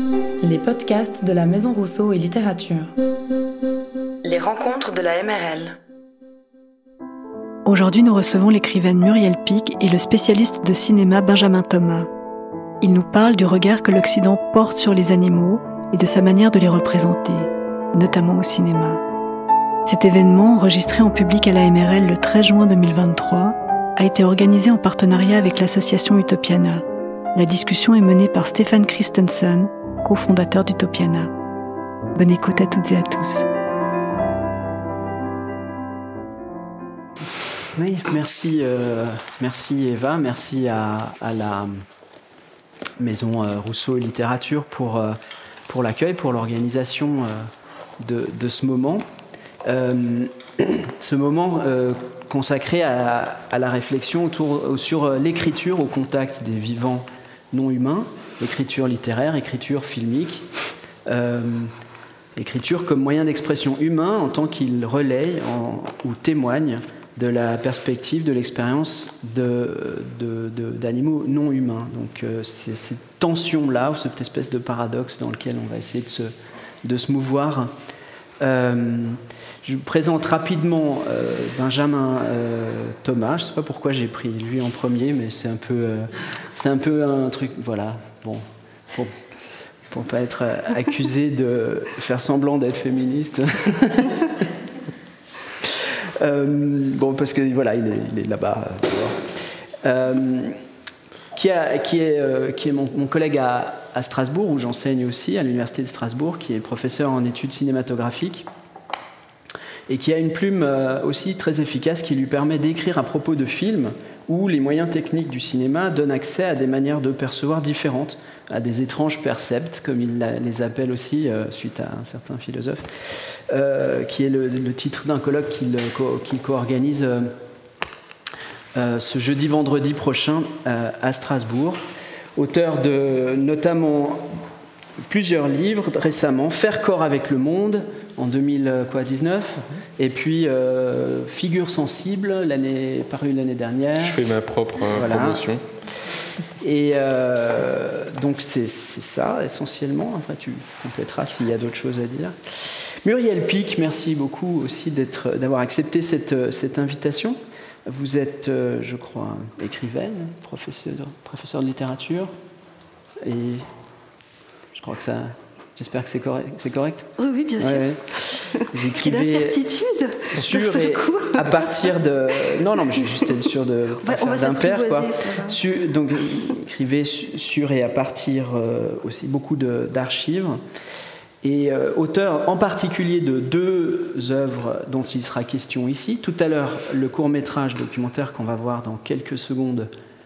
Les podcasts de la Maison Rousseau et Littérature. Les rencontres de la MRL. Aujourd'hui, nous recevons l'écrivaine Muriel Pic et le spécialiste de cinéma Benjamin Thomas. Ils nous parlent du regard que l'Occident porte sur les animaux et de sa manière de les représenter, notamment au cinéma. Cet événement, enregistré en public à la MRL le 13 juin 2023, a été organisé en partenariat avec l'association Utopiana. La discussion est menée par Stéphane Christensen, cofondateur d'Utopiana. Bonne écoute à toutes et à tous. Oui, merci Eva, merci à la Maison Rousseau et Littérature pour l'accueil, pour l'organisation de ce moment. Ce moment consacré à la réflexion sur l'écriture au contact des vivants non humains, écriture littéraire, écriture filmique, écriture comme moyen d'expression humain en tant qu'il relaye ou témoigne de la perspective, de l'expérience d'animaux non humains. Donc c'est cette tension-là, ou cette espèce de paradoxe dans lequel on va essayer de se mouvoir. Je vous présente rapidement Benjamin Thomas. Je ne sais pas pourquoi j'ai pris lui en premier, mais c'est un peu un truc, voilà, bon, pour pas être accusé de faire semblant d'être féministe. Bon, parce que voilà, il est là-bas. Qui est mon collègue à Strasbourg, où j'enseigne aussi, à l'université de Strasbourg, qui est professeur en études cinématographiques, et qui a une plume aussi très efficace qui lui permet d'écrire à propos de films où les moyens techniques du cinéma donnent accès à des manières de percevoir différentes, à des étranges percepts, comme il les appelle aussi, suite à un certain philosophe, qui est le titre d'un colloque qu'il co-organise ce jeudi-vendredi prochain à Strasbourg. Auteur de notamment plusieurs livres récemment, Faire corps avec le monde en 2019, et puis Figure sensible, paru l'année dernière. Je fais ma propre promotion. Et donc c'est ça essentiellement. Après tu compléteras s'il y a d'autres choses à dire. Muriel Pic, merci beaucoup aussi d'avoir accepté cette invitation. Vous êtes, je crois, écrivaine, professeur de littérature, et je crois que ça. J'espère que c'est correct. Oui, bien sûr. Ouais. Vous écrivez d'incertitude sur et à partir de. Non, mais je vais juste être sûr de faire d'impair, quoi. Donc, écrivez sur et à partir aussi beaucoup d'archives. Et auteur en particulier de deux œuvres dont il sera question ici. Tout à l'heure, le court-métrage documentaire qu'on va voir dans quelques secondes,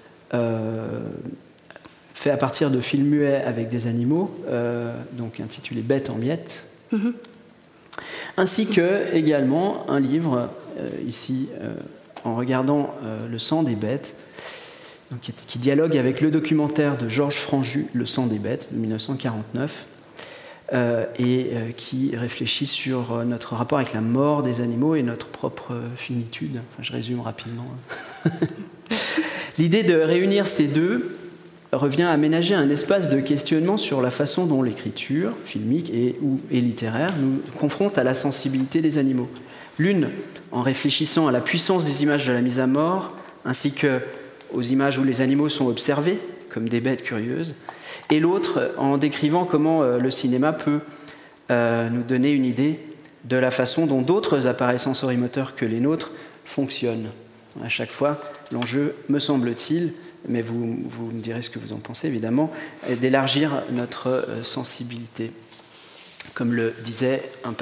fait à partir de films muets avec des animaux, donc intitulé Bêtes en miettes, ainsi que également un livre, ici, en regardant Le sang des bêtes, donc, qui dialogue avec le documentaire de Georges Franju, Le sang des bêtes, de 1949, et qui réfléchit sur notre rapport avec la mort des animaux et notre propre finitude. Enfin, je résume rapidement. L'idée de réunir ces deux revient à aménager un espace de questionnement sur la façon dont l'écriture filmique et littéraire nous confronte à la sensibilité des animaux. L'une en réfléchissant à la puissance des images de la mise à mort, ainsi qu'aux images où les animaux sont observés comme des bêtes curieuses, et l'autre en décrivant comment le cinéma peut nous donner une idée de la façon dont d'autres appareils sensorimoteurs que les nôtres fonctionnent. À chaque fois, l'enjeu, me semble-t-il, mais vous me direz ce que vous en pensez évidemment, est d'élargir notre sensibilité. Comme le disait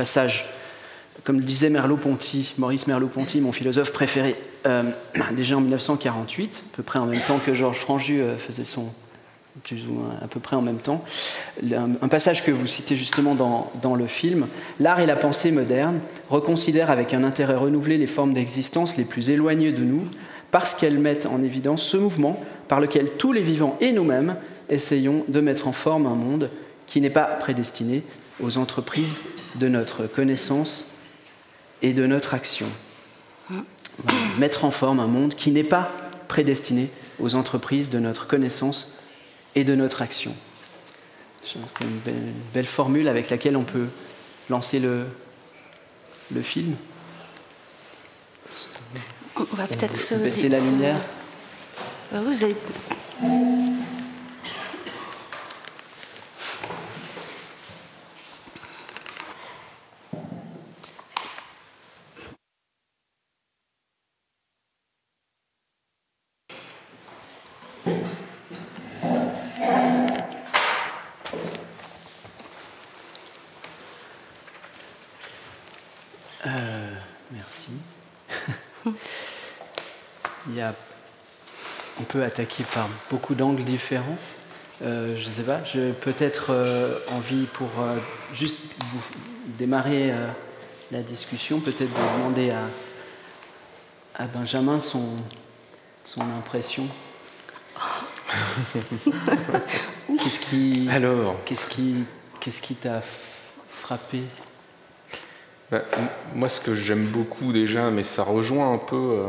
Merleau-Ponty, Maurice Merleau-Ponty, mon philosophe préféré, déjà en 1948, à peu près en même temps que Georges Franju faisait plus ou moins à peu près en même temps, un passage que vous citez justement dans le film. L'art et la pensée moderne reconsidèrent avec un intérêt renouvelé les formes d'existence les plus éloignées de nous, parce qu'elles mettent en évidence ce mouvement par lequel tous les vivants et nous-mêmes essayons de mettre en forme un monde qui n'est pas prédestiné aux entreprises de notre connaissance et de notre action. Mettre en forme un monde qui n'est pas prédestiné aux entreprises de notre connaissance et de notre action. Je pense qu'il y a une belle formule avec laquelle on peut lancer le film. On va peut-être se baisser la lumière. Vous avez... Merci. On peut attaquer par beaucoup d'angles différents. Je ne sais pas, j'ai peut-être envie pour juste vous démarrer la discussion, peut-être de demander à Benjamin son impression. Qu'est-ce qui t'a frappé ? Moi, ce que j'aime beaucoup déjà, mais ça rejoint un peu,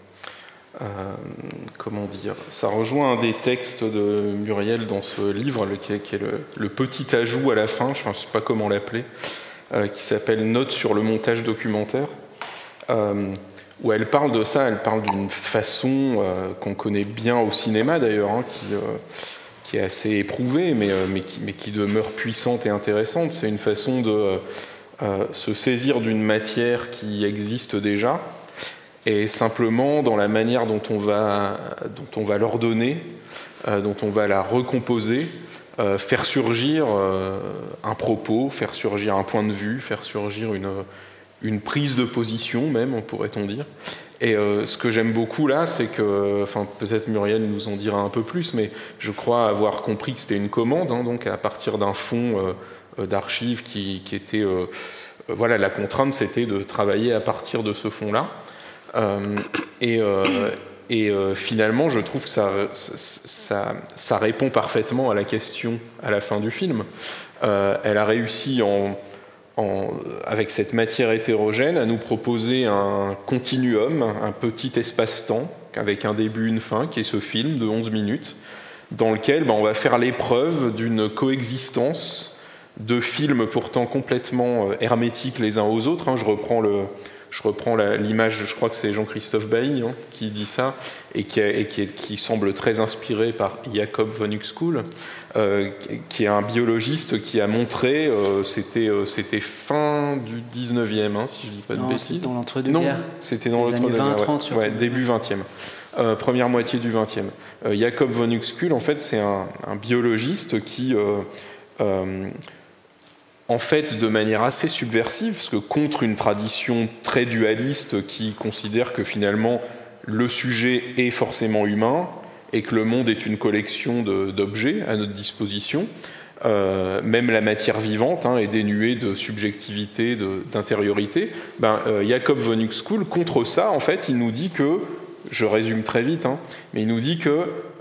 ça rejoint un des textes de Muriel dans ce livre, qui est le petit ajout à la fin, je ne sais pas comment l'appeler, qui s'appelle « Notes sur le montage documentaire », où elle parle de ça, elle parle d'une façon qu'on connaît bien au cinéma d'ailleurs, hein, qui est assez éprouvée, mais qui demeure puissante et intéressante. C'est une façon de se saisir d'une matière qui existe déjà, et simplement dans la manière dont on va l'ordonner, dont on va la recomposer, faire surgir un propos, faire surgir un point de vue, faire surgir une prise de position même, pourrait-on dire. Et ce que j'aime beaucoup là, c'est que, peut-être Muriel nous en dira un peu plus, mais je crois avoir compris que c'était une commande, hein, donc à partir d'un fonds d'archives qui était... la contrainte, c'était de travailler à partir de ce fonds-là. Finalement, je trouve que ça répond parfaitement à la question à la fin du film. Elle a réussi, avec cette matière hétérogène, à nous proposer un continuum, un petit espace-temps, avec un début, une fin, qui est ce film de 11 minutes, dans lequel on va faire l'épreuve d'une coexistence de films pourtant complètement hermétiques les uns aux autres. Hein. Je reprends l'image, je crois que c'est Jean-Christophe Bailly qui dit ça, et qui semble très inspiré par Jakob von Uexküll, qui est un biologiste qui a montré, c'était fin du 19e, si je ne dis pas de bêtises. C'était dans l'entre-deux-guerres. Non, c'était dans l'entre-deux-guerres. Début 20e. Première moitié du 20e. Jakob von Uexküll, en fait, c'est un biologiste qui... en fait, de manière assez subversive, parce que contre une tradition très dualiste qui considère que finalement le sujet est forcément humain et que le monde est une collection d'objets à notre disposition, même la matière vivante est dénuée de subjectivité, d'intériorité. Jakob von Uexküll, contre ça, en fait, il nous dit que, je résume très vite, mais il nous dit que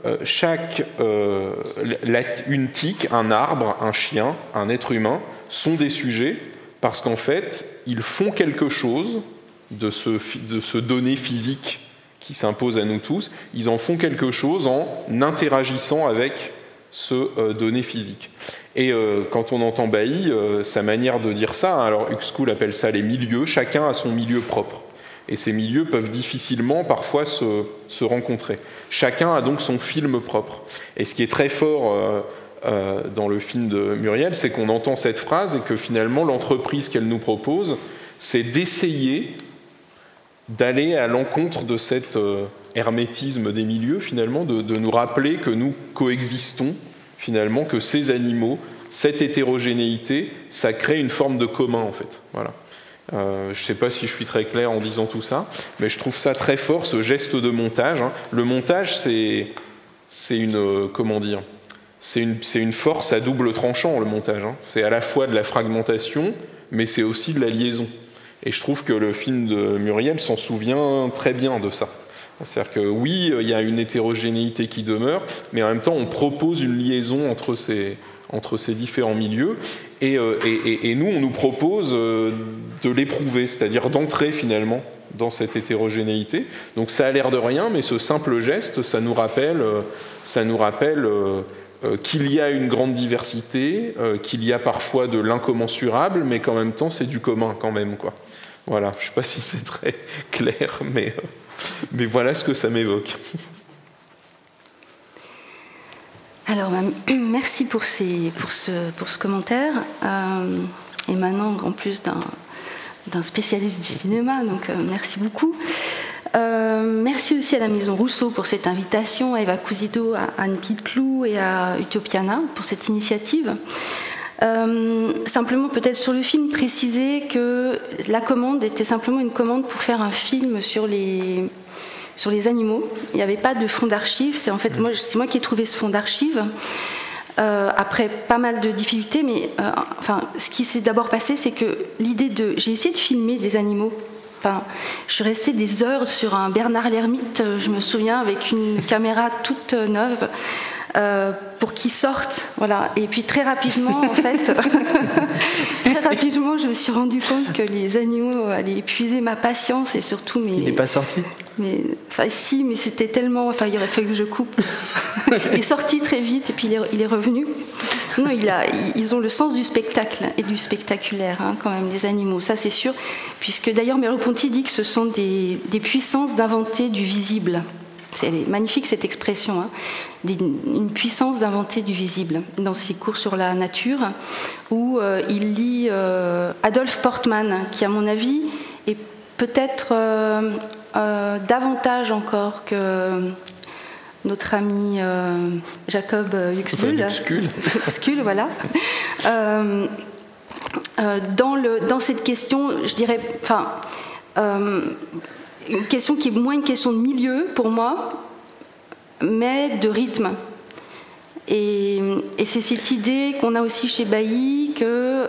une tique, un arbre, un chien, un être humain sont des sujets parce qu'en fait, ils font quelque chose de ce donné physique qui s'impose à nous tous. Ils en font quelque chose en interagissant avec ce donné physique. Et quand on entend Bailly, sa manière de dire ça, alors Uexküll appelle ça les milieux, chacun a son milieu propre. Et ces milieux peuvent difficilement parfois se rencontrer. Chacun a donc son film propre. Et ce qui est très fort dans le film de Muriel, c'est qu'on entend cette phrase et que finalement l'entreprise qu'elle nous propose, c'est d'essayer d'aller à l'encontre de cet hermétisme des milieux, finalement, de nous rappeler que nous coexistons, finalement, que ces animaux, cette hétérogénéité, ça crée une forme de commun, en fait. Voilà. Je ne sais pas si je suis très clair en disant tout ça, mais je trouve ça très fort, ce geste de montage. Le montage, c'est une force à double tranchant, le montage. C'est à la fois de la fragmentation, mais c'est aussi de la liaison. Et je trouve que le film de Muriel s'en souvient très bien de ça. C'est-à-dire que oui, il y a une hétérogénéité qui demeure, mais en même temps, on propose une liaison entre ces différents milieux. Et nous, on nous propose de l'éprouver, c'est-à-dire d'entrer finalement dans cette hétérogénéité. Donc ça a l'air de rien, mais ce simple geste, ça nous rappelle qu'il y a une grande diversité, qu'il y a parfois de l'incommensurable, mais qu'en même temps c'est du commun quand même, quoi. Voilà, je ne sais pas si c'est très clair, mais voilà ce que ça m'évoque. Alors, merci pour ce commentaire, émanant en plus d'un spécialiste du cinéma, donc merci beaucoup. Merci aussi à la Maison Rousseau pour cette invitation, à Eva Cousido, à Anne Pitclou et à Utopiana pour cette initiative. Simplement, peut-être sur le film, préciser que la commande était simplement une commande pour faire un film sur les animaux. Il n'y avait pas de fonds d'archives. C'est moi qui ai trouvé ce fonds d'archives. Après pas mal de difficultés, mais ce qui s'est d'abord passé, c'est que j'ai essayé de filmer des animaux. Je suis restée des heures sur un Bernard l'Ermite, je me souviens, avec une caméra toute neuve, pour qu'ils sortent, voilà. Et puis très rapidement, en fait, je me suis rendu compte que les animaux allaient épuiser ma patience et surtout mes. Il n'est pas sorti. Si, mais c'était tellement. Il aurait fallu que je coupe. Il est sorti très vite et puis il est revenu. Non, ils ont le sens du spectacle et du spectaculaire, quand même, les animaux, ça c'est sûr. Puisque d'ailleurs, Merleau-Ponty dit que ce sont des puissances d'inventer du visible. C'est magnifique cette expression, une puissance d'inventer du visible. Dans ses cours sur la nature, où il lit Adolphe Portman, qui à mon avis est peut-être davantage encore que notre ami Jacob Uexküll, voilà. Dans cette question, je dirais, une question qui est moins une question de milieu pour moi, mais de rythme. Et c'est cette idée qu'on a aussi chez Bailly que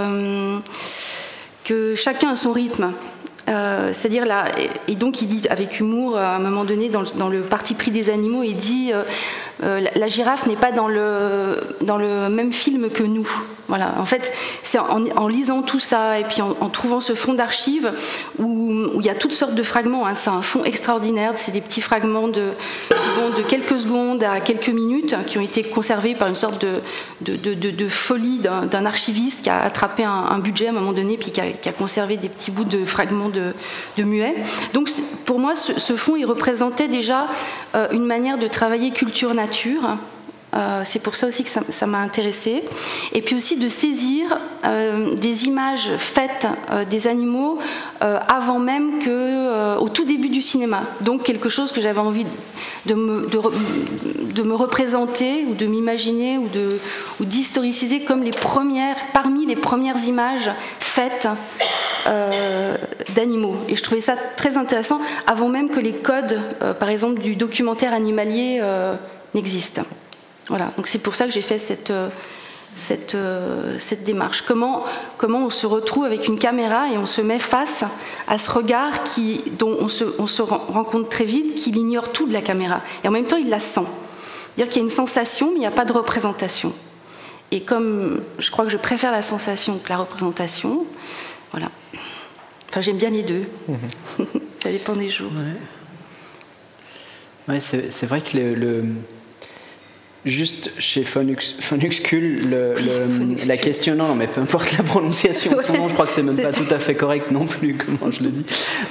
chacun a son rythme. C'est-à-dire là, et donc il dit avec humour à un moment donné dans le parti pris des animaux, il dit la girafe n'est pas dans le même film que nous. Voilà. En fait, c'est en lisant tout ça et puis en trouvant ce fond d'archives où il y a toutes sortes de fragments. C'est un fond extraordinaire. C'est des petits fragments de quelques secondes à quelques minutes qui ont été conservés par une sorte de folie d'un archiviste qui a attrapé un budget à un moment donné puis qui a conservé des petits bouts de fragments de muets. Donc pour moi, ce fond, il représentait déjà une manière de travailler culture-nature. C'est pour ça aussi que ça m'a intéressée. Et puis aussi de saisir des images faites des animaux avant même au tout début du cinéma. Donc quelque chose que j'avais envie de me représenter ou de m'imaginer ou d'historiciser comme parmi les premières images faites d'animaux. Et je trouvais ça très intéressant avant même que les codes, par exemple, du documentaire animalier n'existent. Voilà, donc c'est pour ça que j'ai fait cette démarche. Comment on se retrouve avec une caméra et on se met face à ce regard dont on se rend compte très vite qu'il ignore tout de la caméra. Et en même temps, il la sent. C'est-à-dire qu'il y a une sensation, mais il n'y a pas de représentation. Et comme je crois que je préfère la sensation que la représentation, voilà. J'aime bien les deux. Ça dépend des jours. Ouais, c'est vrai que juste chez von Uexküll, la question, non, mais peu importe la prononciation, je crois que c'est même pas tout à fait correct non plus, comment je le dis.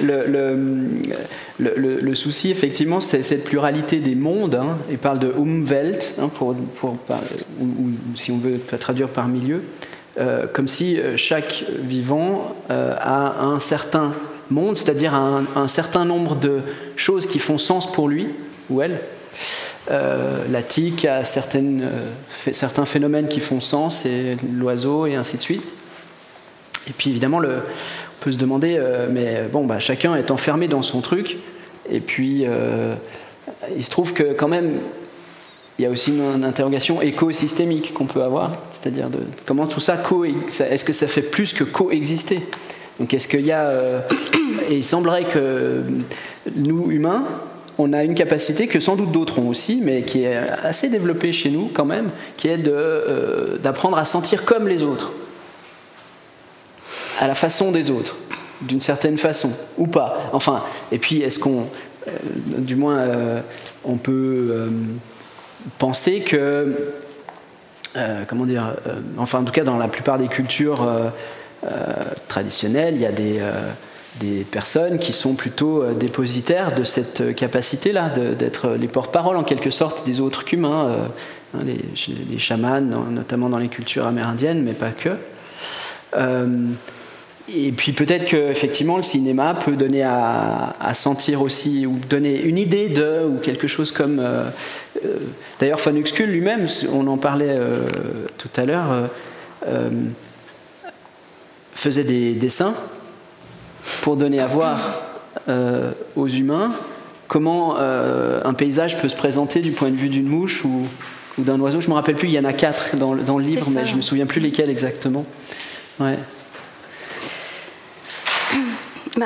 Le souci, effectivement, c'est cette pluralité des mondes. Il parle de Umwelt, ou si on veut traduire par milieu, comme si chaque vivant a un certain monde, c'est-à-dire un certain nombre de choses qui font sens pour lui ou elle. La tique a certains phénomènes qui font sens, et l'oiseau, et ainsi de suite. Et puis évidemment, on peut se demander, chacun est enfermé dans son truc, et puis il se trouve que quand même, il y a aussi une interrogation écosystémique qu'on peut avoir, c'est-à-dire comment tout ça est-ce que ça fait plus que coexister ? Donc est-ce qu'il y a... et il semblerait que nous, humains, on a une capacité que sans doute d'autres ont aussi, mais qui est assez développée chez nous quand même, qui est d'apprendre à sentir comme les autres, à la façon des autres, d'une certaine façon, ou pas. Enfin, et puis est-ce qu'on... on peut penser que enfin en tout cas dans la plupart des cultures traditionnelles, il y a des personnes qui sont plutôt dépositaires de cette capacité-là, d'être les porte-parole en quelque sorte des autres qu'humains, les chamans, notamment dans les cultures amérindiennes, mais pas que. Et puis peut-être qu'effectivement le cinéma peut donner à sentir aussi, ou donner une idée de, ou quelque chose comme... D'ailleurs von Uxküll lui-même, on en parlait tout à l'heure, faisait des dessins pour donner à voir aux humains comment un paysage peut se présenter du point de vue d'une mouche ou d'un oiseau. Je ne me rappelle plus, il y en a 4 dans le livre, mais je ne me souviens plus lesquels exactement. Ouais. Bon,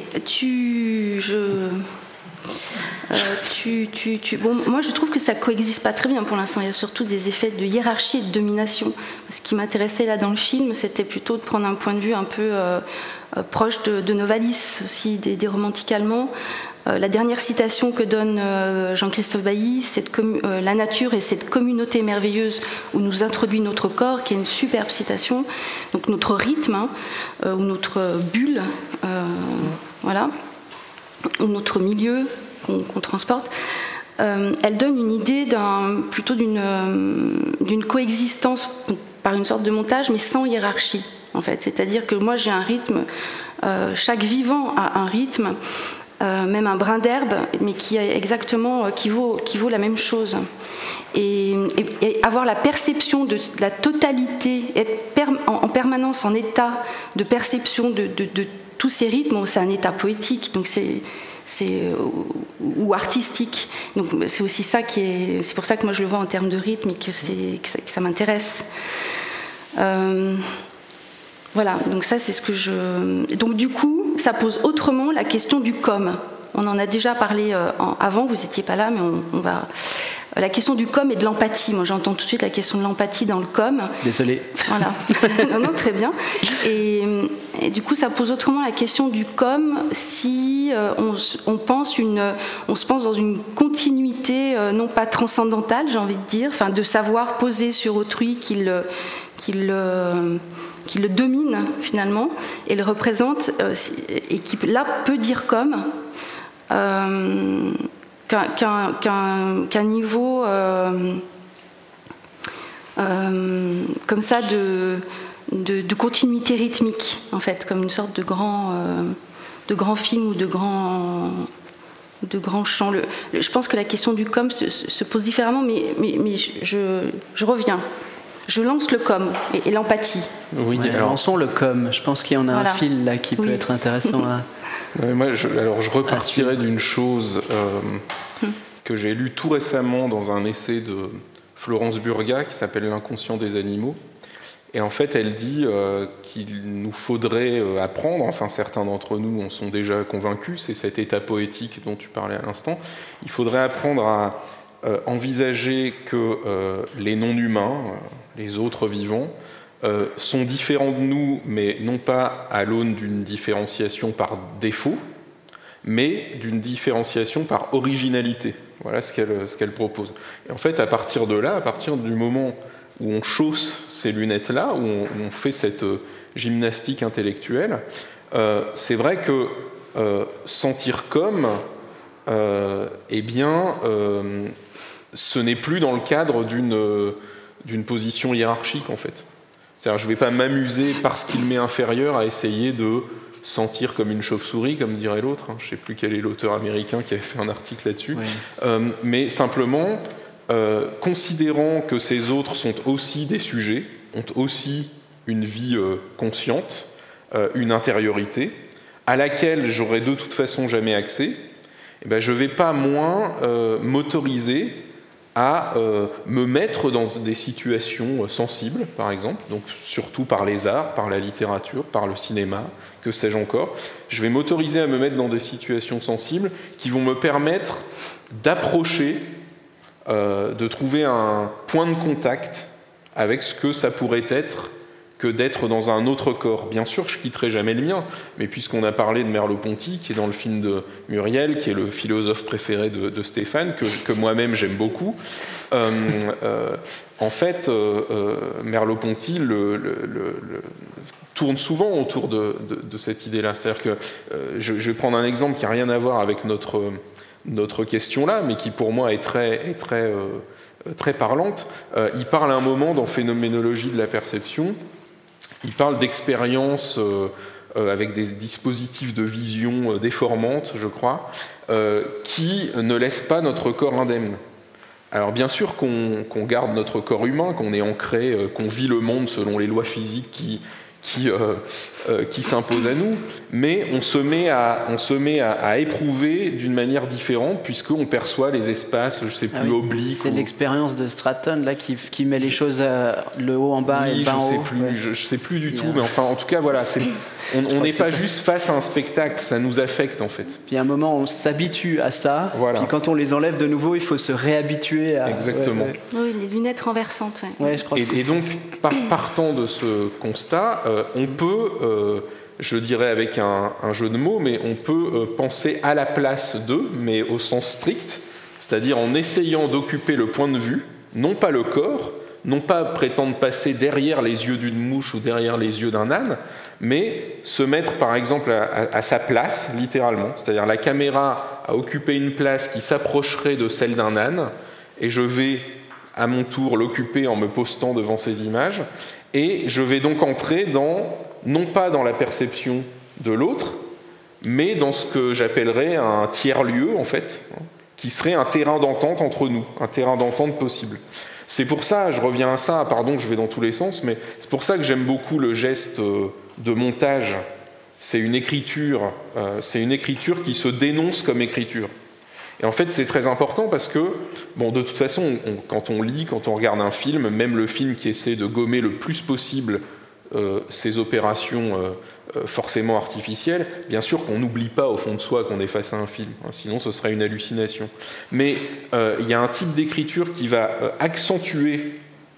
moi je trouve que ça coexiste pas très bien pour l'instant. Il y a surtout des effets de hiérarchie et de domination. Ce qui m'intéressait là dans le film, c'était plutôt de prendre un point de vue un peu proche de Novalis, aussi des romantiques allemands. La dernière citation que donne Jean-Christophe Bailly, c'est la nature est cette communauté merveilleuse où nous introduit notre corps, qui est une superbe citation. Donc notre rythme, ou notre bulle, voilà, ou notre milieu qu'on transporte, elle donne une idée plutôt d'une coexistence par une sorte de montage, mais sans hiérarchie, en fait. C'est-à-dire que moi j'ai un rythme, chaque vivant a un rythme, même un brin d'herbe, mais qui vaut la même chose. Et avoir la perception de la totalité, être en permanence en état de perception de tous ces rythmes, c'est un état poétique, donc ou artistique. Donc c'est aussi ça c'est pour ça que moi je le vois en termes de rythme et que ça m'intéresse. Voilà, donc ça c'est ce que donc du coup, ça pose autrement la question du com. On en a déjà parlé avant, vous n'étiez pas là, mais on va... La question du com et de l'empathie. Moi j'entends tout de suite la question de l'empathie dans le com. Désolée. Voilà. non, très bien. Et du coup, ça pose autrement la question du com si on se pense dans une continuité non pas transcendantale, j'ai envie de dire, enfin de savoir poser sur autrui qui le domine finalement et le représente et qui là peut dire comme qu'un niveau comme ça de continuité rythmique en fait, comme une sorte de grand film ou de grand chant. Je pense que la question du com se pose différemment, mais je reviens. Je lance le com et l'empathie. Oui, alors lançons le com. Je pense qu'il y en a un fil là qui peut être intéressant à... Moi, je repartirais d'une chose que j'ai lue tout récemment dans un essai de Florence Burga qui s'appelle L'inconscient des animaux. Et en fait, elle dit qu'il nous faudrait apprendre, enfin certains d'entre nous en sont déjà convaincus, c'est cet état poétique dont tu parlais à l'instant, il faudrait apprendre à envisager que les non-humains, les autres vivants, sont différents de nous, mais non pas à l'aune d'une différenciation par défaut, mais d'une différenciation par originalité. Voilà ce qu'elle propose. Et en fait, à partir de là, à partir du moment où on chausse ces lunettes-là, où on fait cette gymnastique intellectuelle, c'est vrai que sentir comme, ce n'est plus dans le cadre d'une position hiérarchique, en fait. C'est-à-dire, je ne vais pas m'amuser parce qu'il m'est inférieur à essayer de sentir comme une chauve-souris, comme dirait l'autre. Je ne sais plus quel est l'auteur américain qui avait fait un article là-dessus. Oui. Mais simplement, considérant que ces autres sont aussi des sujets, ont aussi une vie consciente, une intériorité, à laquelle j'aurai de toute façon jamais accès, je ne vais pas moins m'autoriser à me mettre dans des situations sensibles, par exemple, donc surtout par les arts, par la littérature, par le cinéma, que sais-je encore. Je vais m'autoriser à me mettre dans des situations sensibles qui vont me permettre d'approcher, de trouver un point de contact avec ce que ça pourrait être que d'être dans un autre corps. Bien sûr, je ne quitterai jamais le mien, mais puisqu'on a parlé de Merleau-Ponty, qui est dans le film de Muriel, qui est le philosophe préféré de Stéphane, que moi-même j'aime beaucoup, En fait, Merleau-Ponty tourne souvent autour de cette idée-là. C'est-à-dire que je vais prendre un exemple qui n'a rien à voir avec notre question-là, mais qui pour moi est très parlante. Il parle à un moment dans Phénoménologie de la perception, il parle d'expériences avec des dispositifs de vision déformantes, je crois, qui ne laissent pas notre corps indemne. Alors bien sûr qu'on garde notre corps humain, qu'on est ancré, qu'on vit le monde selon les lois physiques qui s'imposent à nous, mais on se met à éprouver d'une manière différente puisqu'on perçoit les espaces, je ne sais plus, obliques. C'est l'expérience de Stratton là, qui met les choses le haut en bas et le bas en haut. Je ne sais plus du tout, mais enfin, en tout cas, voilà, on n'est pas juste face à un spectacle, ça nous affecte en fait. Puis à un moment, on s'habitue à ça, voilà. Puis quand on les enlève de nouveau, il faut se réhabituer à... Exactement. Oui, les lunettes renversantes. Ouais, je crois que et donc, partant de ce constat, on peut, je dirais avec un jeu de mots, mais on peut penser à la place d'eux, mais au sens strict, c'est-à-dire en essayant d'occuper le point de vue, non pas le corps, non pas prétendre passer derrière les yeux d'une mouche ou derrière les yeux d'un âne, mais se mettre par exemple à sa place, littéralement, c'est-à-dire la caméra a occupé une place qui s'approcherait de celle d'un âne, et je vais à mon tour l'occuper en me postant devant ces images, et je vais donc entrer non pas dans la perception de l'autre, mais dans ce que j'appellerais un tiers-lieu, en fait, qui serait un terrain d'entente entre nous, un terrain d'entente possible. C'est pour ça, je reviens à ça, pardon, je vais dans tous les sens, mais c'est pour ça que j'aime beaucoup le geste de montage. C'est une écriture qui se dénonce comme écriture. Et en fait, c'est très important parce que, bon, de toute façon, quand on lit, quand on regarde un film, même le film qui essaie de gommer le plus possible ces opérations forcément artificielles, bien sûr qu'on n'oublie pas au fond de soi qu'on est face à un film, hein, sinon ce serait une hallucination. Mais il y a un type d'écriture qui va accentuer,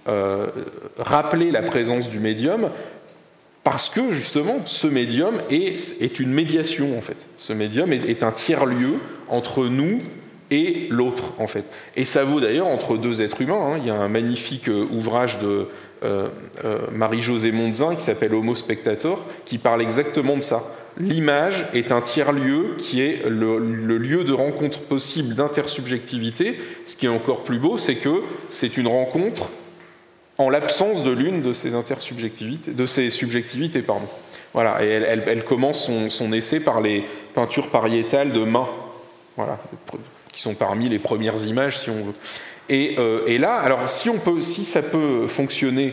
rappeler la présence du médium, parce que justement, ce médium est une médiation en fait. Ce médium est un tiers-lieu entre nous et l'autre en fait. Et ça vaut d'ailleurs entre deux êtres humains. Hein. Il y a un magnifique ouvrage de Marie-Josée Mondzin qui s'appelle Homo Spectator, qui parle exactement de ça. L'image est un tiers-lieu qui est le lieu de rencontre possible d'intersubjectivité. Ce qui est encore plus beau, c'est que c'est une rencontre en l'absence de l'une de ces subjectivités. Voilà, et elle commence son essai par les peintures pariétales de mains, voilà, qui sont parmi les premières images, si on veut. Et là, alors si ça peut fonctionner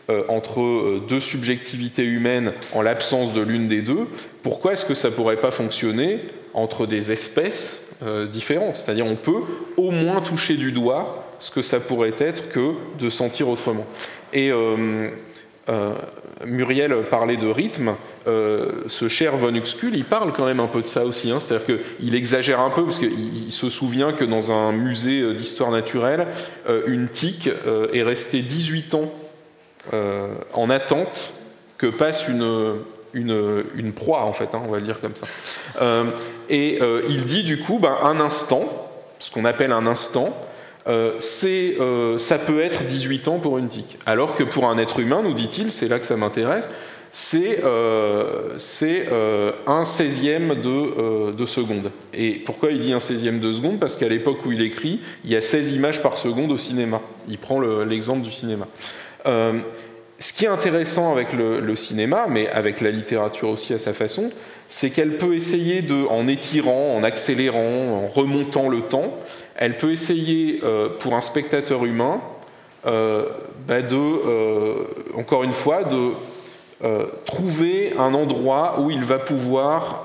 entre deux subjectivités humaines en l'absence de l'une des deux, pourquoi est-ce que ça ne pourrait pas fonctionner entre des espèces différentes? C'est-à-dire on peut au moins toucher du doigt ce que ça pourrait être que de sentir autrement. Et Muriel parlait de rythme, ce cher von Uxküll, il parle quand même un peu de ça aussi, hein, c'est-à-dire qu'il exagère un peu, parce qu'il se souvient que dans un musée d'histoire naturelle, une tique est restée 18 ans en attente que passe une proie, en fait, hein, on va le dire comme ça. Il dit du coup, un instant, ce qu'on appelle un instant, ça peut être 18 ans pour une tique. Alors que pour un être humain, nous dit-il, c'est là que ça m'intéresse, c'est 1/16e de seconde. Et pourquoi il dit 1/16e de seconde? Parce qu'à l'époque où il écrit, il y a 16 images par seconde au cinéma. Il prend l'exemple du cinéma. Ce qui est intéressant avec le cinéma, mais avec la littérature aussi à sa façon, c'est qu'elle peut essayer en étirant, en accélérant, en remontant le temps, elle peut essayer, pour un spectateur humain, encore une fois, de trouver un endroit où il va pouvoir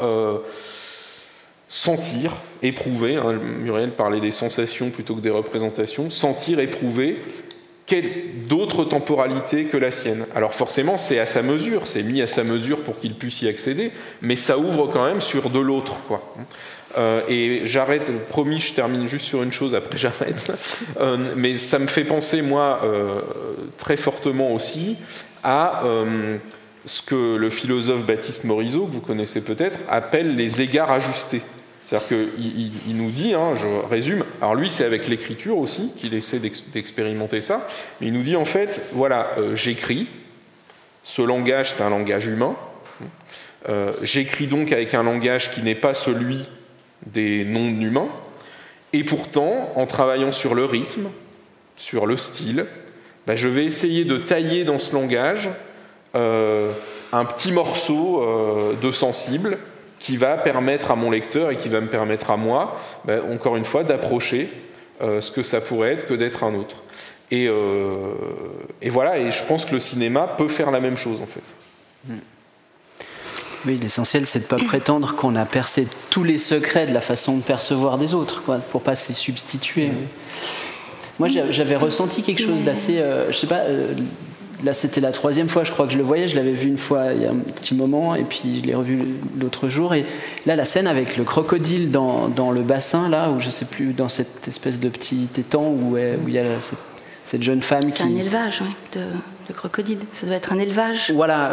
sentir, éprouver, hein, Muriel parlait des sensations plutôt que des représentations, sentir, éprouver d'autres temporalités que la sienne. Alors forcément, c'est à sa mesure, c'est mis à sa mesure pour qu'il puisse y accéder, mais ça ouvre quand même sur de l'autre, quoi. Et j'arrête, promis, je termine juste sur une chose, après j'arrête. Mais ça me fait penser, moi, très fortement aussi, à ce que le philosophe Baptiste Morisot, que vous connaissez peut-être, appelle les égards ajustés. C'est-à-dire qu'il nous dit, je résume, alors lui c'est avec l'écriture aussi qu'il essaie d'expérimenter ça, mais il nous dit en fait, voilà, j'écris, ce langage c'est un langage humain, j'écris donc avec un langage qui n'est pas celui des non-humains, et pourtant, en travaillant sur le rythme, sur le style, je vais essayer de tailler dans ce langage un petit morceau de sensible qui va permettre à mon lecteur et qui va me permettre à moi, encore une fois, d'approcher ce que ça pourrait être que d'être un autre. Et voilà, et je pense que le cinéma peut faire la même chose en fait. Oui, l'essentiel, c'est de ne pas prétendre qu'on a percé tous les secrets de la façon de percevoir des autres, pour ne pas s'y substituer. Moi, j'avais ressenti quelque chose d'assez... je sais pas, là, c'était la 3e fois, je crois que je le voyais. Je l'avais vu une fois il y a un petit moment, et puis je l'ai revu l'autre jour. Et là, la scène avec le crocodile dans le bassin, là, où je ne sais plus, dans cette espèce de petit étang où il y a cette jeune femme qui... C'est un élevage, oui, de crocodile. Ça doit être un élevage. Voilà.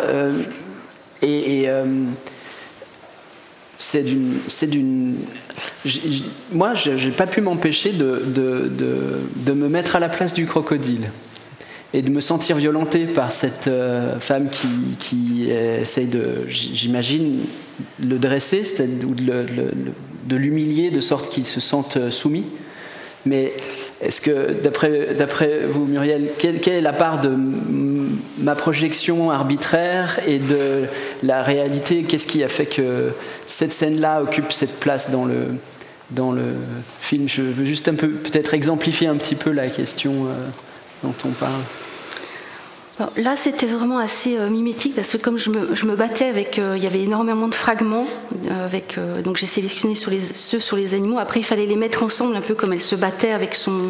C'est d'une. Moi, j'ai pas pu m'empêcher de me mettre à la place du crocodile et de me sentir violenté par cette femme qui essaye j'imagine, le dresser, ou de l'humilier de sorte qu'il se sente soumis. Mais est-ce que, d'après vous, Muriel, quelle est la part de ma projection arbitraire et de la réalité? Qu'est-ce qui a fait que cette scène-là occupe cette place dans le film? Je veux juste peut-être exemplifier un petit peu la question dont on parle. Bon, là, c'était vraiment assez mimétique parce que comme je me battais avec, il y avait énormément de fragments, donc j'ai sélectionné ceux sur les animaux. Après, il fallait les mettre ensemble, un peu comme elle se battait avec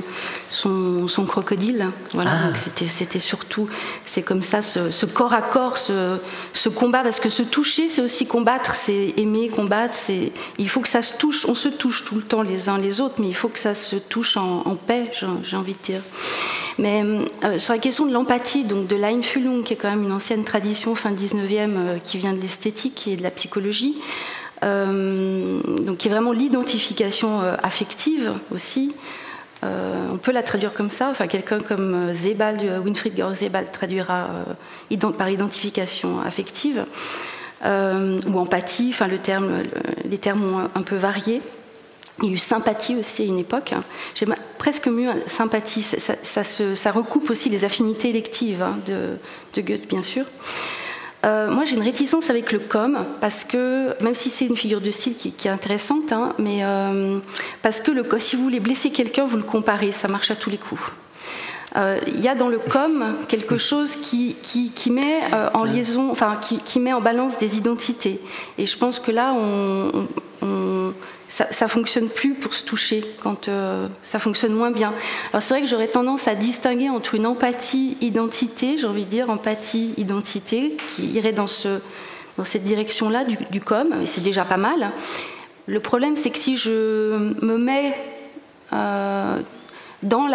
son crocodile. Voilà, donc c'était surtout, c'est comme ça, ce corps à corps, ce combat, parce que se toucher, c'est aussi combattre, c'est aimer, combattre. Il faut que ça se touche. On se touche tout le temps les uns les autres, mais il faut que ça se touche en paix, j'ai envie de dire. Mais sur la question de l'empathie, donc de l'Einfühlung, qui est quand même une ancienne tradition fin 19e qui vient de l'esthétique et de la psychologie, donc qui est vraiment l'identification affective aussi. On peut la traduire comme ça. Enfin, quelqu'un comme Winfried Georg Sebald traduira par identification affective ou empathie. Enfin, les termes ont un peu varié. Il y a eu sympathie aussi à une époque. J'aime presque mieux sympathie. Ça recoupe aussi les affinités électives de Goethe, bien sûr. Moi, j'ai une réticence avec le com, parce que, même si c'est une figure de style qui est intéressante, mais parce que si vous voulez blesser quelqu'un, vous le comparez, ça marche à tous les coups. Il y a dans le com quelque chose qui met en liaison, enfin qui met en balance des identités. Et je pense que là, ça fonctionne plus pour se toucher, quand ça fonctionne moins bien. Alors c'est vrai que j'aurais tendance à distinguer entre une empathie-identité, j'ai envie de dire empathie-identité, qui irait dans cette direction-là du com, et c'est déjà pas mal. Le problème, c'est que si je me mets dans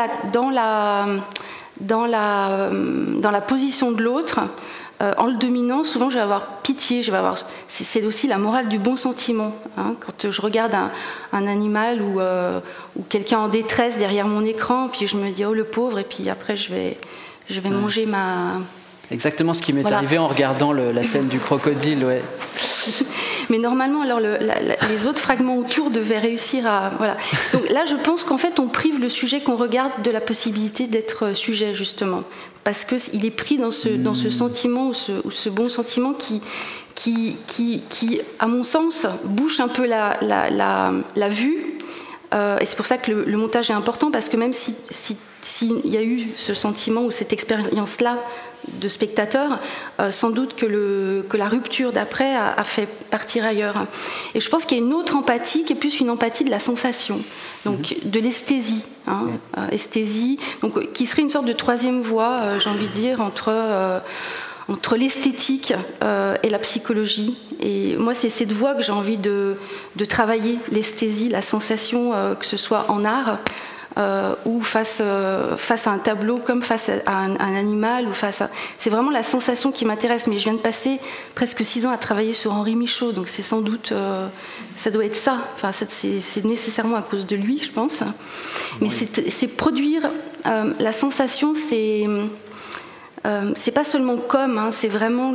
la position de l'autre, en le dominant, souvent je vais avoir pitié, c'est aussi la morale du bon sentiment. Quand je regarde un animal ou quelqu'un en détresse derrière mon écran, puis je me dis oh le pauvre, et puis après je vais manger ma... Exactement ce qui m'est arrivé en regardant la scène du crocodile, ouais. Mais normalement, alors les autres fragments autour devaient réussir à... Voilà. Donc là, je pense qu'en fait, on prive le sujet qu'on regarde de la possibilité d'être sujet, justement. Parce qu'il est pris dans ce sentiment, ou ce bon sentiment qui, à mon sens, bouche un peu la vue. Et c'est pour ça que le montage est important, parce que même s'il y a eu ce sentiment ou cette expérience-là de spectateur, sans doute que la rupture d'après a fait partir ailleurs. Et je pense qu'il y a une autre empathie qui est plus une empathie de la sensation, donc de l'esthésie, esthésie, donc qui serait une sorte de troisième voie, j'ai envie de dire, entre l'esthétique et la psychologie. Et moi, c'est cette voie que j'ai envie de travailler, l'esthésie, la sensation, que ce soit en art ou face à un tableau, comme face à un animal, ou c'est vraiment la sensation qui m'intéresse. Mais je viens de passer presque 6 ans à travailler sur Henri Michaud, donc c'est sans doute, ça doit être ça. Enfin, c'est nécessairement à cause de lui, je pense. Mais c'est produire la sensation, c'est pas seulement c'est vraiment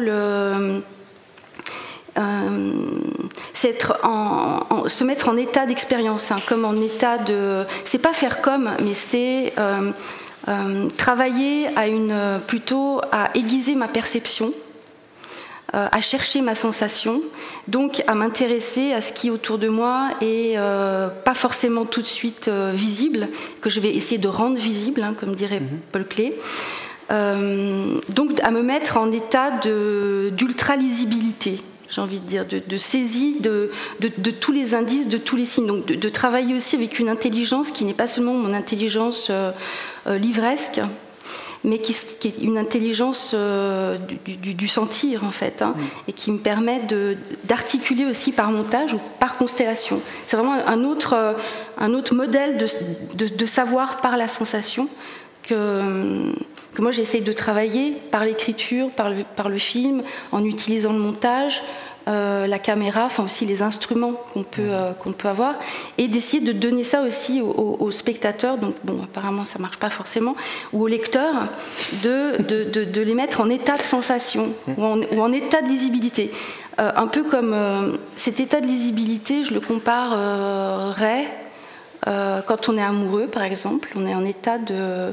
c'est se mettre en état d'expérience, comme en état de. C'est pas faire comme, mais c'est travailler plutôt à aiguiser ma perception, à chercher ma sensation, donc à m'intéresser à ce qui autour de moi est pas forcément tout de suite visible, que je vais essayer de rendre visible, comme dirait Paul Klee. Donc à me mettre en état d'ultra-lisibilité, j'ai envie de dire, de saisie de tous les indices, de tous les signes. Donc de travailler aussi avec une intelligence qui n'est pas seulement mon intelligence livresque, mais qui est une intelligence du sentir, en fait, et qui me permet d'articuler aussi par montage ou par constellation. C'est vraiment un autre modèle de savoir par la sensation que moi j'essaye de travailler par l'écriture, par le film, en utilisant le montage, la caméra, enfin aussi les instruments qu'on peut avoir, et d'essayer de donner ça aussi aux spectateurs. Donc bon, apparemment ça marche pas forcément, ou aux lecteurs, de les mettre en état de sensation ou en état de lisibilité. Un peu comme cet état de lisibilité, je le comparerais quand on est amoureux, par exemple, on est en état de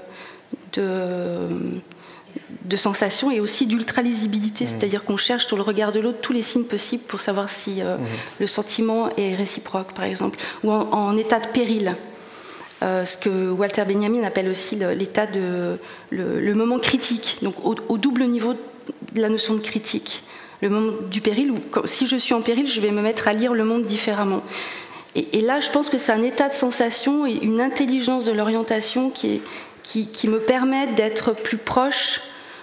sensation et aussi d'ultra-lisibilité, c'est-à-dire qu'on cherche sur le regard de l'autre tous les signes possibles pour savoir si le sentiment est réciproque, par exemple, ou en état de péril. Ce que Walter Benjamin appelle aussi l'état le moment critique, donc au double niveau de la notion de critique. Le moment du péril, où si je suis en péril, je vais me mettre à lire le monde différemment. Et là, je pense que c'est un état de sensation et une intelligence de l'orientation qui me permet d'être plus proche,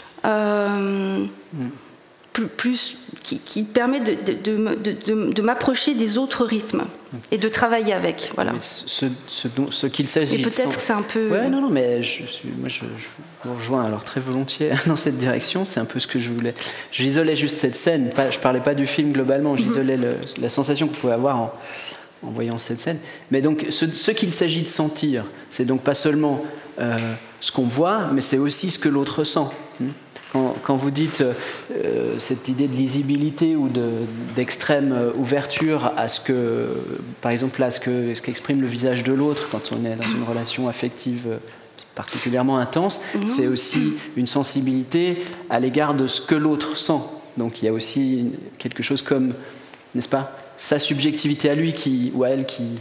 qui permet de m'approcher des autres rythmes et de travailler avec. Voilà. Ce qu'il s'agit. Et peut-être que c'est un peu. Ouais, non, mais je vous rejoins alors très volontiers dans cette direction. C'est un peu ce que je voulais. J'isolais juste cette scène. Je parlais pas du film globalement. J'isolais la sensation qu'on pouvait avoir en voyant cette scène. Mais donc, ce qu'il s'agit de sentir, c'est donc pas seulement ce qu'on voit, mais c'est aussi ce que l'autre sent. Quand vous dites cette idée de lisibilité ou d'extrême ouverture à ce que, par exemple, à ce qu'exprime le visage de l'autre quand on est dans une relation affective particulièrement intense, c'est aussi une sensibilité à l'égard de ce que l'autre sent. Donc il y a aussi quelque chose comme, n'est-ce pas, sa subjectivité à lui ou à elle qui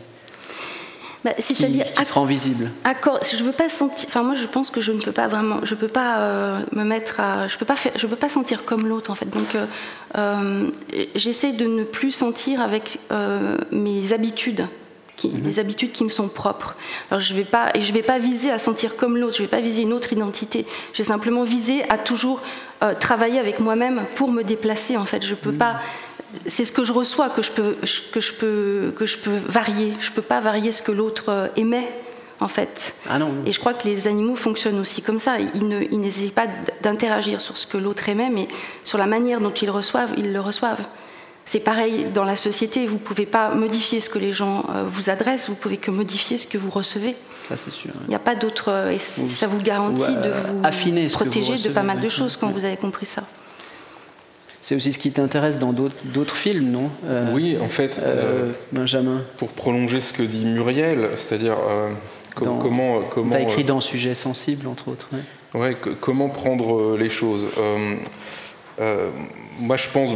se rend visible. Je veux pas sentir. Enfin, moi, je pense que je ne peux pas vraiment. Je peux pas me mettre à. Je peux pas sentir comme l'autre, en fait. Donc, j'essaie de ne plus sentir avec mes habitudes. Des habitudes qui me sont propres. Alors je vais pas viser à sentir comme l'autre. Je vais pas viser une autre identité. Je vais simplement viser à toujours travailler avec moi-même pour me déplacer. En fait, je peux pas. C'est ce que je reçois que je peux varier. Je peux pas varier ce que l'autre émet, en fait. Ah non. Et je crois que les animaux fonctionnent aussi comme ça. Ils n'hésitent pas d'interagir sur ce que l'autre émet, mais sur la manière dont ils le reçoivent. C'est pareil dans la société. Vous pouvez pas modifier ce que les gens vous adressent. Vous pouvez que modifier ce que vous recevez. Ça, c'est sûr. Il n'y a pas d'autre. Et ça vous garantit de vous protéger de pas mal de choses quand vous avez compris ça. C'est aussi ce qui t'intéresse dans d'autres films, non ? Oui, en fait, Benjamin. Pour prolonger ce que dit Muriel, c'est-à-dire comment... T'as écrit dans Sujet sensible, entre autres. Ouais, comment prendre les choses. Moi, je pense,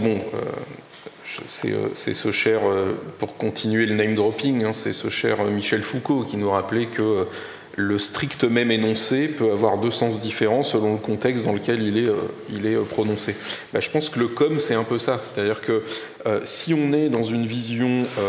c'est ce cher, pour continuer le name dropping, c'est ce cher Michel Foucault qui nous rappelait que le strict même énoncé peut avoir deux sens différents selon le contexte dans lequel il est prononcé. Je pense que le comme, c'est un peu ça. C'est-à-dire que si on est dans une vision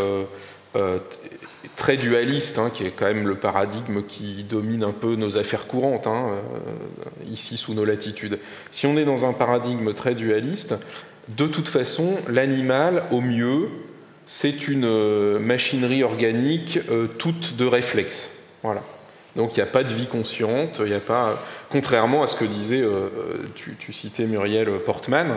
très dualiste, qui est quand même le paradigme qui domine un peu nos affaires courantes, ici sous nos latitudes, si on est dans un paradigme très dualiste, de toute façon, l'animal, au mieux, c'est une machinerie organique toute de réflexes. Voilà. Donc il n'y a pas de vie consciente, il n'y a pas, contrairement à ce que disait, tu citais Muriel Portman,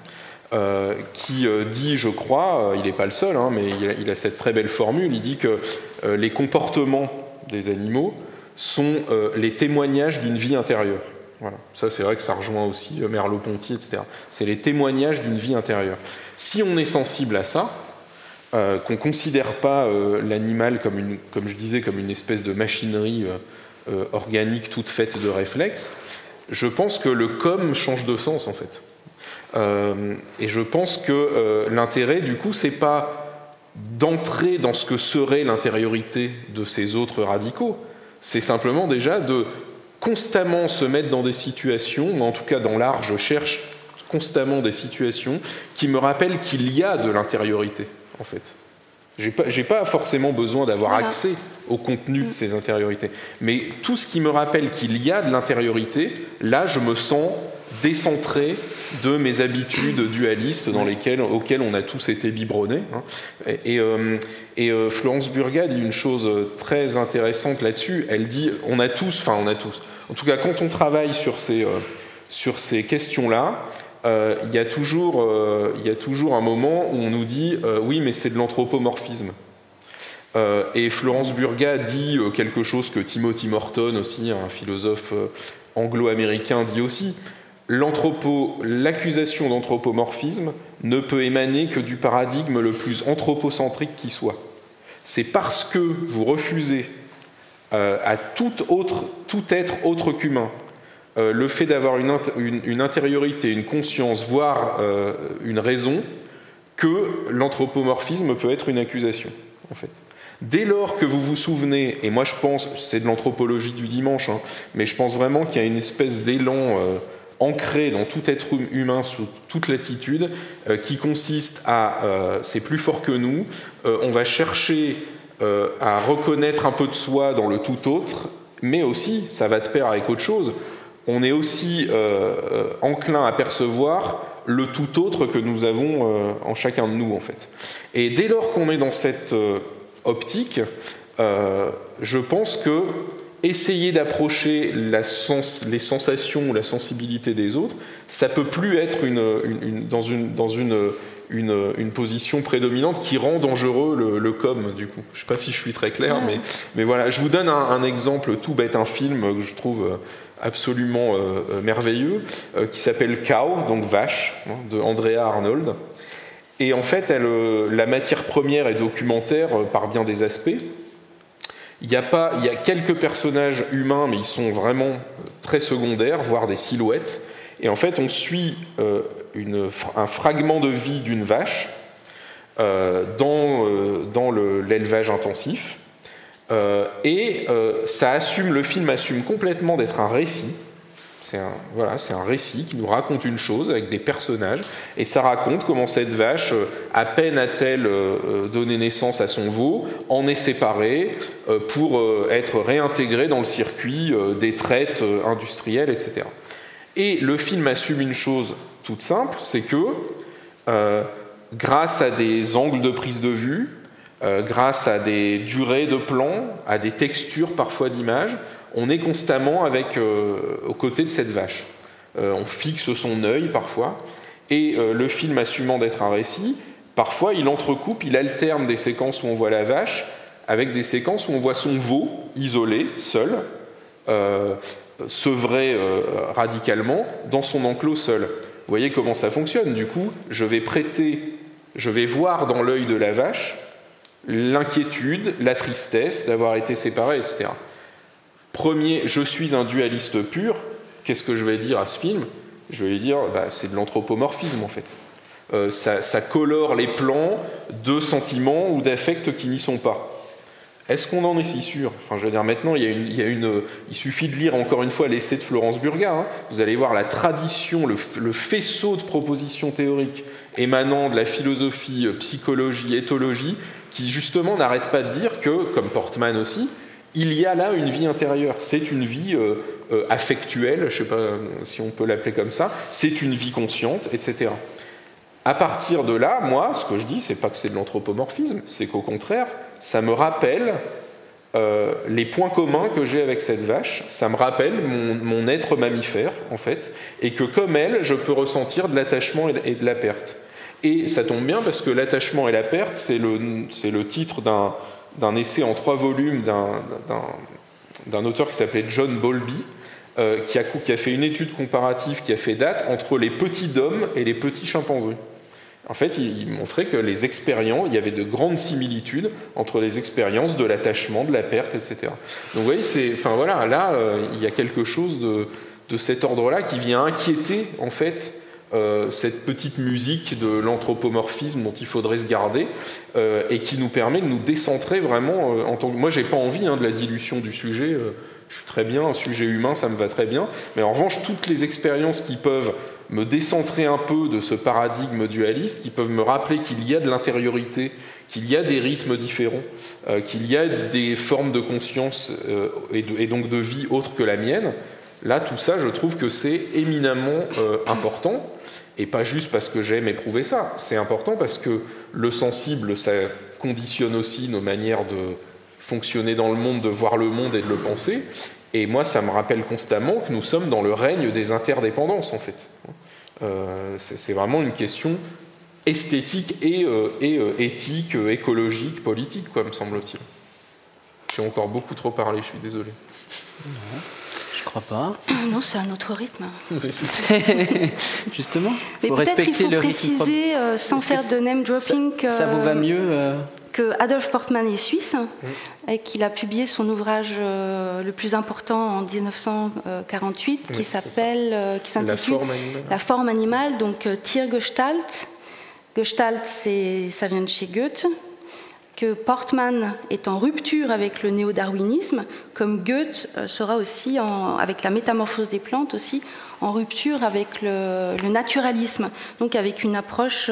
qui dit, je crois, il n'est pas le seul, mais il a cette très belle formule, il dit que les comportements des animaux sont les témoignages d'une vie intérieure. Voilà. Ça, c'est vrai que ça rejoint aussi Merleau-Ponty, etc. C'est les témoignages d'une vie intérieure. Si on est sensible à ça, qu'on ne considère pas l'animal comme je disais, comme une espèce de machinerie organique toute faite de réflexes, je pense que le comme change de sens en fait. Et je pense que l'intérêt, du coup, c'est pas d'entrer dans ce que serait l'intériorité de ces autres radicaux, c'est simplement déjà de constamment se mettre dans des situations, ou en tout cas dans l'art, je cherche constamment des situations qui me rappellent qu'il y a de l'intériorité, en fait. J'ai pas forcément besoin d'avoir accès au contenu de ces intériorités, mais tout ce qui me rappelle qu'il y a de l'intériorité, là, je me sens décentré de mes habitudes dualistes auxquelles on a tous été biberonnés. Et Florence Burga dit une chose très intéressante là-dessus. Elle dit, on a tous, en tout cas quand on travaille sur ces questions-là, il y a toujours un moment où on nous dit oui, mais c'est de l'anthropomorphisme. Et Florence Burga dit quelque chose que Timothy Morton aussi, un philosophe anglo-américain, dit aussi. L'accusation d'anthropomorphisme ne peut émaner que du paradigme le plus anthropocentrique qui soit. C'est parce que vous refusez à tout être autre qu'humain le fait d'avoir une intériorité, une conscience, voire une raison, que l'anthropomorphisme peut être une accusation, en fait. Dès lors que vous vous souvenez, et moi je pense, c'est de l'anthropologie du dimanche, mais je pense vraiment qu'il y a une espèce d'élan ancré dans tout être humain sous toute latitude, qui consiste à c'est plus fort que nous, on va chercher à reconnaître un peu de soi dans le tout autre, mais aussi, ça va de pair avec autre chose, on est aussi enclin à percevoir le tout autre que nous avons en chacun de nous, en fait. Et dès lors qu'on est dans cette optique, je pense que essayer d'approcher les sensations ou la sensibilité des autres, ça peut plus être dans une position prédominante qui rend dangereux le com, du coup. Je ne sais pas si je suis très clair, mais voilà. Je vous donne un exemple tout bête, un film que je trouve absolument merveilleux, qui s'appelle Cow, donc vache, de Andrea Arnold. Et en fait, la matière première est documentaire par bien des aspects. Il y a quelques personnages humains, mais ils sont vraiment très secondaires, voire des silhouettes. Et en fait, on suit un fragment de vie d'une vache dans l'élevage intensif. Le film assume complètement d'être un récit. C'est un récit qui nous raconte une chose avec des personnages, et ça raconte comment cette vache, à peine a-t-elle donné naissance à son veau, en est séparée pour être réintégrée dans le circuit des traites industrielles, etc. Et le film assume une chose toute simple, c'est que grâce à des angles de prise de vue, grâce à des durées de plan, à des textures parfois d'images, on est constamment aux côtés de cette vache. On fixe son œil parfois, et le film assumant d'être un récit, parfois il entrecoupe, il alterne des séquences où on voit la vache avec des séquences où on voit son veau isolé, seul, sevré radicalement, dans son enclos seul. Vous voyez comment ça fonctionne. Du coup, je vais voir dans l'œil de la vache l'inquiétude, la tristesse d'avoir été séparé, etc. Je suis un dualiste pur, qu'est-ce que je vais dire à ce film ? Je vais dire, c'est de l'anthropomorphisme en fait. Ça colore les plans de sentiments ou d'affects qui n'y sont pas. Est-ce qu'on en est si sûr ? Enfin, je veux dire, maintenant, il suffit de lire encore une fois l'essai de Florence Burga. Vous allez voir la tradition, le faisceau de propositions théoriques émanant de la philosophie, psychologie, éthologie, qui justement n'arrête pas de dire que, comme Portman aussi, il y a là une vie intérieure. C'est une vie affectuelle, je ne sais pas si on peut l'appeler comme ça, c'est une vie consciente, etc. À partir de là, moi, ce que je dis, c'est pas que c'est de l'anthropomorphisme, c'est qu'au contraire, ça me rappelle les points communs que j'ai avec cette vache, ça me rappelle mon être mammifère, en fait, et que comme elle, je peux ressentir de l'attachement et de la perte. Et ça tombe bien parce que l'attachement et la perte, c'est le titre d'un essai en 3 volumes d'un auteur qui s'appelait John Bowlby, qui a fait une étude comparative qui a fait date entre les petits dômes et les petits chimpanzés. En fait, il montrait que les expériences, il y avait de grandes similitudes entre les expériences de l'attachement, de la perte, etc. Donc vous voyez, là, il y a quelque chose de cet ordre-là qui vient inquiéter, en fait, cette petite musique de l'anthropomorphisme dont il faudrait se garder, et qui nous permet de nous décentrer vraiment. Moi, j'ai pas envie de la dilution du sujet. Je suis très bien, un sujet humain, ça me va très bien. Mais en revanche, toutes les expériences qui peuvent me décentrer un peu de ce paradigme dualiste, qui peuvent me rappeler qu'il y a de l'intériorité, qu'il y a des rythmes différents, qu'il y a des formes de conscience et donc de vie autres que la mienne, là, tout ça, je trouve que c'est éminemment important, et pas juste parce que j'aime éprouver ça, c'est important parce que le sensible, ça conditionne aussi nos manières de fonctionner dans le monde, de voir le monde et de le penser. Et moi, ça me rappelle constamment que nous sommes dans le règne des interdépendances, en fait. C'est vraiment une question esthétique et éthique, écologique, politique, quoi, me semble-t-il. J'ai encore beaucoup trop parlé, je suis désolé. Non, je crois pas. Non, c'est un autre rythme. Justement, il faut respecter le rythme. Mais peut-être il faut préciser, sans faire de name dropping, ça vous va mieux que Adolf Portmann est suisse et qu'il a publié son ouvrage le plus important en 1948 qui s'intitule La forme animale, donc Tiergestalt. Gestalt, ça vient de chez Goethe. Que Portmann est en rupture avec le néo-darwinisme, comme Goethe sera aussi, avec la métamorphose des plantes, aussi en rupture avec le naturalisme, donc avec une approche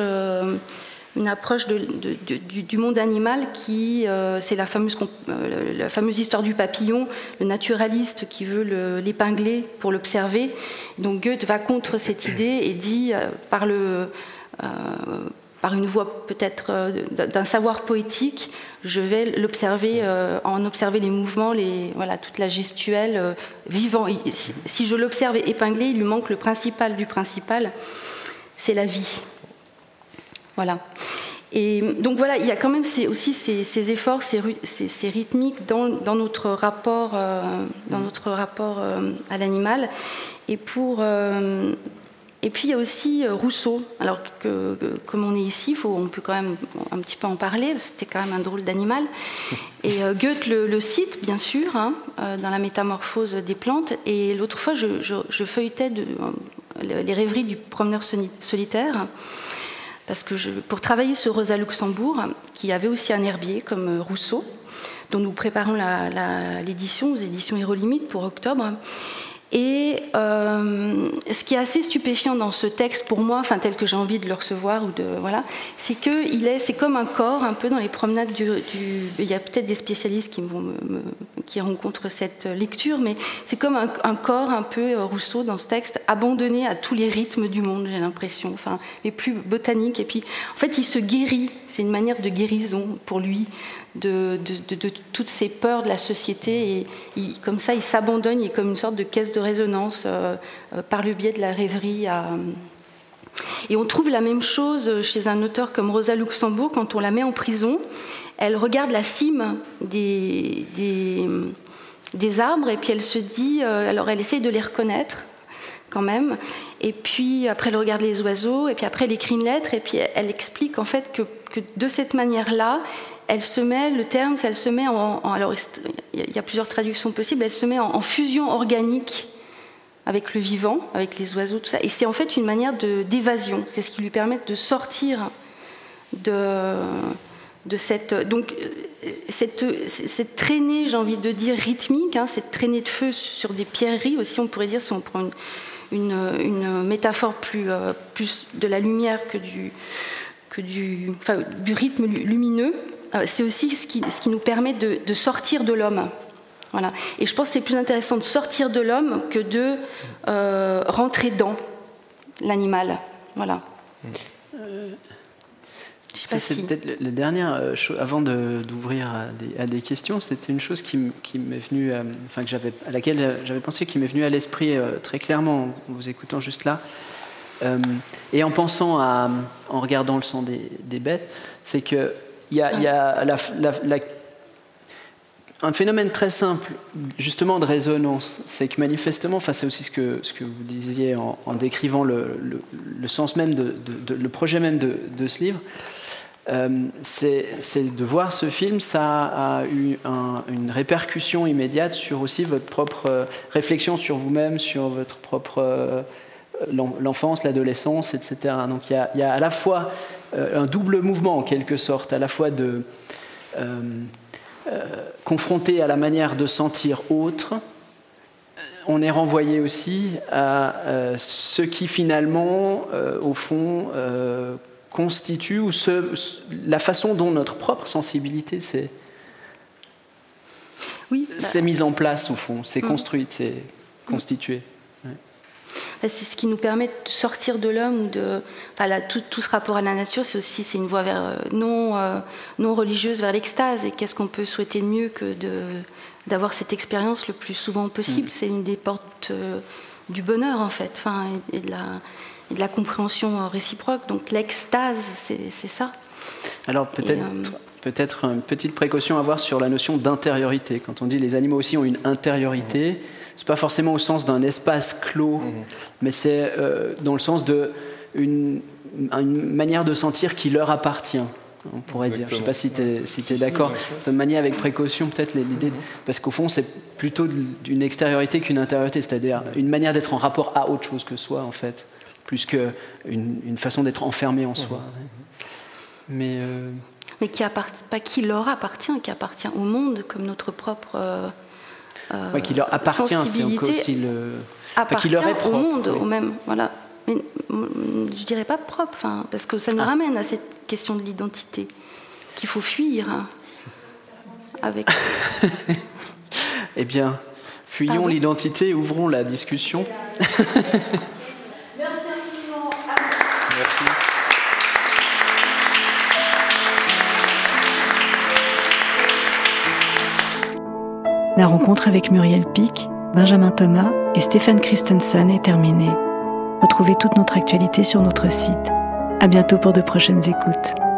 du monde animal qui, c'est la fameuse histoire du papillon, le naturaliste qui veut l'épingler pour l'observer. Donc Goethe va contre cette idée et dit, par une voie peut-être d'un savoir poétique, je vais l'observer, en observer les mouvements, toute la gestuelle, vivant. Si je l'observe épinglé, il lui manque le principal du principal, c'est la vie. Voilà. Et donc voilà, il y a quand même aussi ces efforts, ces rythmiques dans notre rapport, à l'animal. Et puis il y a aussi Rousseau. Alors que comme on est ici, on peut quand même un petit peu en parler. C'était quand même un drôle d'animal. Et Goethe le cite bien sûr dans la Métamorphose des plantes. Et l'autre fois, je feuilletais les rêveries du promeneur solitaire. Parce que pour travailler sur Rosa Luxembourg, qui avait aussi un herbier comme Rousseau, dont nous préparons l'édition aux éditions Hérolimite pour octobre. Et ce qui est assez stupéfiant dans ce texte pour moi, tel que j'ai envie de le recevoir, c'est que c'est comme un corps un peu dans les promenades il y a peut-être des spécialistes qui rencontrent cette lecture, mais c'est comme un corps un peu Rousseau dans ce texte, abandonné à tous les rythmes du monde, j'ai l'impression, mais plus botanique. Et puis en fait il se guérit, c'est une manière de guérison pour lui de toutes ces peurs de la société, et comme ça il s'abandonne, il est comme une sorte de caisse de résonance par le biais de la rêverie. Et on trouve la même chose chez un auteur comme Rosa Luxembourg. Quand on la met en prison, elle regarde la cime des arbres, et puis elle se dit, alors elle essaye de les reconnaître quand même, et puis après elle regarde les oiseaux, et puis après elle écrit une lettre, et puis elle explique en fait que de cette manière-là, elle se met alors il y a plusieurs traductions possibles, elle se met en fusion organique avec le vivant, avec les oiseaux, tout ça. Et c'est en fait une manière d'évasion. C'est ce qui lui permet de sortir de cette traînée, j'ai envie de dire, rythmique, cette traînée de feu sur des pierreries aussi, on pourrait dire, si on prend une métaphore plus de la lumière que du rythme lumineux. C'est aussi ce qui nous permet de sortir de l'homme. Voilà. Et je pense que c'est plus intéressant de sortir de l'homme que de rentrer dans l'animal. Voilà. c'est peut-être la dernière chose, avant d'ouvrir à des questions, c'était une chose qui m'est venue, à laquelle j'avais pensé, qui m'est venue à l'esprit très clairement en vous écoutant juste là. Et en pensant en regardant le sang des bêtes, c'est qu'il y a un phénomène très simple, justement, de résonance. C'est que manifestement, c'est aussi ce que vous disiez en décrivant le sens même, le projet même de ce livre, c'est de voir ce film, ça a eu une répercussion immédiate sur aussi votre propre réflexion sur vous-même, sur votre propre... l'enfance, l'adolescence, etc. Donc il y a à la fois un double mouvement en quelque sorte, à la fois de confronté à la manière de sentir autre, on est renvoyé aussi à ce qui finalement, au fond, constitue ou la façon dont notre propre sensibilité s'est mise en place au fond, s'est construite, s'est constituée. C'est ce qui nous permet de sortir de l'homme, tout ce rapport à la nature, c'est une voie non religieuse vers l'extase. Et qu'est-ce qu'on peut souhaiter de mieux que d'avoir cette expérience le plus souvent possible? C'est une des portes du bonheur en fait, et de la compréhension réciproque. Donc l'extase, c'est ça. Alors peut-être une petite précaution à avoir sur la notion d'intériorité. Quand on dit les animaux aussi ont une intériorité, c'est pas forcément au sens d'un espace clos, mais c'est dans le sens d'une manière de sentir qui leur appartient, on pourrait dire. Je ne sais pas si tu es d'accord. De manière avec précaution, peut-être l'idée, parce qu'au fond, c'est plutôt d'une extériorité qu'une intériorité, c'est-à-dire une manière d'être en rapport à autre chose que soi, en fait, plus qu'une façon d'être enfermé en soi. Mais qui leur appartient, qui appartient au monde comme notre propre... qui leur appartient, c'est aussi qui leur est propre, au monde, au même, voilà. Mais je dirais pas propre, parce que ça nous ramène à cette question de l'identité qu'il faut fuir avec. Eh bien, fuyons l'identité, ouvrons la discussion. Merci infiniment. Merci. La rencontre avec Muriel Pic, Benjamin Thomas et Stéphane Christensen est terminée. Retrouvez toute notre actualité sur notre site. À bientôt pour de prochaines écoutes.